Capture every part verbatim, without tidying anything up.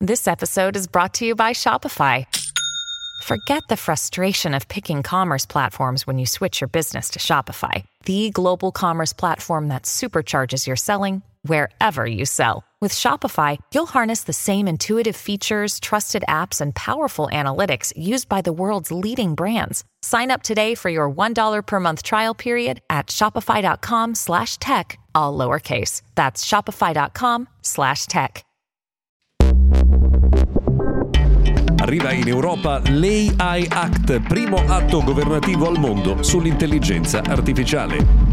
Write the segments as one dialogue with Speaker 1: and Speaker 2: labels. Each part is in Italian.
Speaker 1: This episode is brought to you by Shopify. Forget the frustration of picking commerce platforms when you switch your business to Shopify, the global commerce platform that supercharges your selling wherever you sell. With Shopify, you'll harness the same intuitive features, trusted apps, and powerful analytics used by the world's leading brands. Sign up today for your one dollar per month trial period at shopify.com slash tech, all lowercase. That's shopify.com slash tech.
Speaker 2: Arriva in Europa l'A I Act, primo atto governativo al mondo sull'intelligenza artificiale.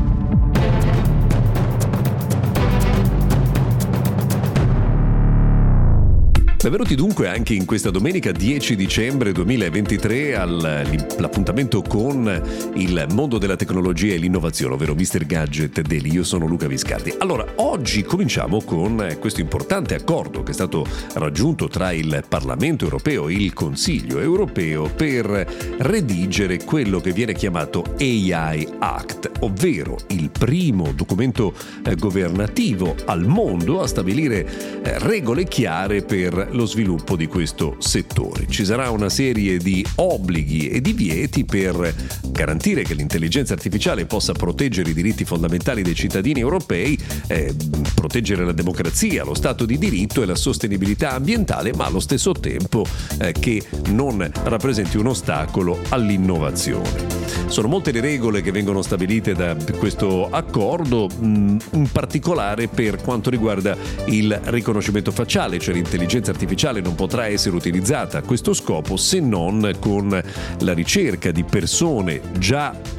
Speaker 2: Benvenuti dunque anche in questa domenica dieci dicembre duemilaventitré all'appuntamento con il mondo della tecnologia e l'innovazione, ovvero mister Gadget Daily. Io sono Luca Viscardi. Allora, oggi cominciamo con questo importante accordo che è stato raggiunto tra il Parlamento europeo e il Consiglio europeo per redigere quello che viene chiamato A I Act, ovvero il primo documento eh, governativo al mondo a stabilire eh, regole chiare per lo sviluppo di questo settore. Ci sarà una serie di obblighi e divieti per garantire che l'intelligenza artificiale possa proteggere i diritti fondamentali dei cittadini europei, eh, proteggere la democrazia, lo stato di diritto e la sostenibilità ambientale, ma allo stesso tempo eh, che non rappresenti un ostacolo all'innovazione. Sono molte le regole che vengono stabilite da questo accordo, mh, in particolare per quanto riguarda il riconoscimento facciale, cioè l'intelligenza artificiale non potrà essere utilizzata a questo scopo se non con la ricerca di persone già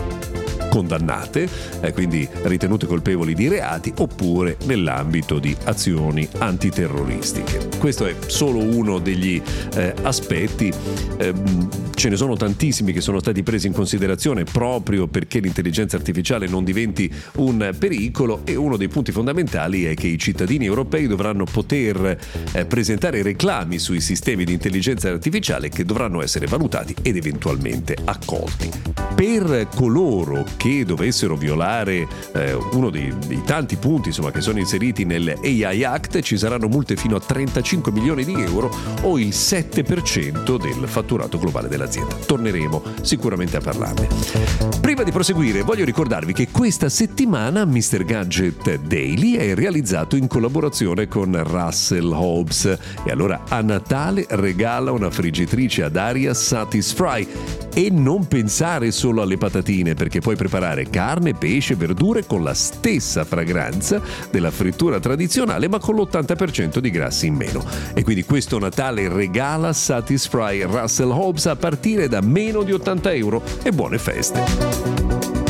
Speaker 2: condannate, eh, quindi ritenute colpevoli di reati, oppure nell'ambito di azioni antiterroristiche. Questo è solo uno degli eh, aspetti, eh, ce ne sono tantissimi che sono stati presi in considerazione proprio perché l'intelligenza artificiale non diventi un pericolo, e uno dei punti fondamentali è che i cittadini europei dovranno poter eh, presentare reclami sui sistemi di intelligenza artificiale che dovranno essere valutati ed eventualmente accolti. Per coloro che dovessero violare eh, uno dei, dei tanti punti insomma, che sono inseriti nel A I Act, ci saranno multe fino a trentacinque milioni di euro o il sette per cento del fatturato globale dell'azienda. Torneremo sicuramente a parlarne. Prima di proseguire voglio ricordarvi che questa settimana mister Gadget Daily è realizzato in collaborazione con Russell Hobbs, e allora a Natale regala una friggitrice ad aria Satisfry. E non pensare solo alle patatine, perché puoi preparare carne, pesce, verdure con la stessa fragranza della frittura tradizionale, ma con l'ottanta per cento di grassi in meno. E quindi questo Natale regala Satisfry Russell Hobbs a partire da meno di ottanta euro, e buone feste!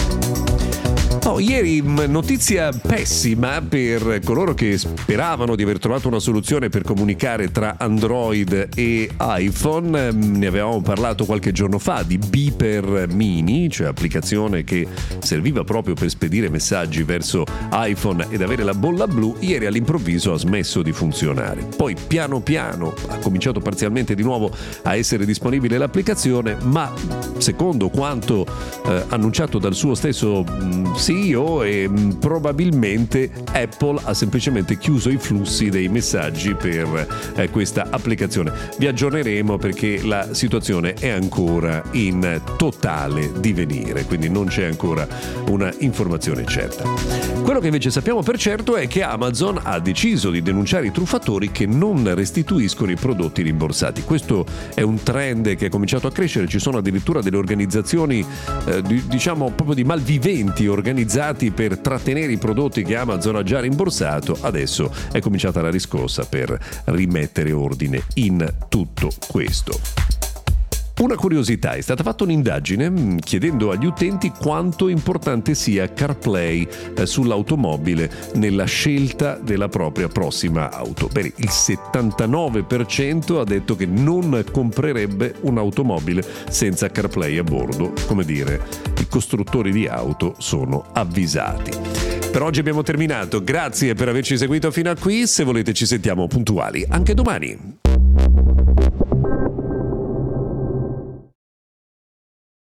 Speaker 2: Oh, ieri notizia pessima per coloro che speravano di aver trovato una soluzione per comunicare tra Android e iPhone. Ne avevamo parlato qualche giorno fa di Beeper Mini, cioè applicazione che serviva proprio per spedire messaggi verso iPhone ed avere la bolla blu. Ieri all'improvviso ha smesso di funzionare. Poi piano piano ha cominciato parzialmente di nuovo a essere disponibile l'applicazione, ma secondo quanto eh, annunciato dal suo stesso mh, C E O, e mh, probabilmente Apple ha semplicemente chiuso i flussi dei messaggi per eh, questa applicazione. Vi aggiorneremo perché la situazione è ancora in totale divenire, quindi non c'è ancora una informazione certa. Quello che invece sappiamo per certo è che Amazon ha deciso di denunciare i truffatori che non restituiscono i prodotti rimborsati. Questo è un trend che è cominciato a crescere, ci sono addirittura delle organizzazioni eh, di, diciamo proprio di malviventi organizzati per trattenere i prodotti che Amazon ha già rimborsato. Adesso è cominciata la riscossa per rimettere ordine in tutto questo. Una curiosità: è stata fatta un'indagine chiedendo agli utenti quanto importante sia CarPlay eh, sull'automobile nella scelta della propria prossima auto. Bene, il settantanove per cento ha detto che non comprerebbe un'automobile senza CarPlay a bordo. Come dire, i costruttori di auto sono avvisati. Per oggi abbiamo terminato, grazie per averci seguito fino a qui. Se volete ci sentiamo puntuali anche domani.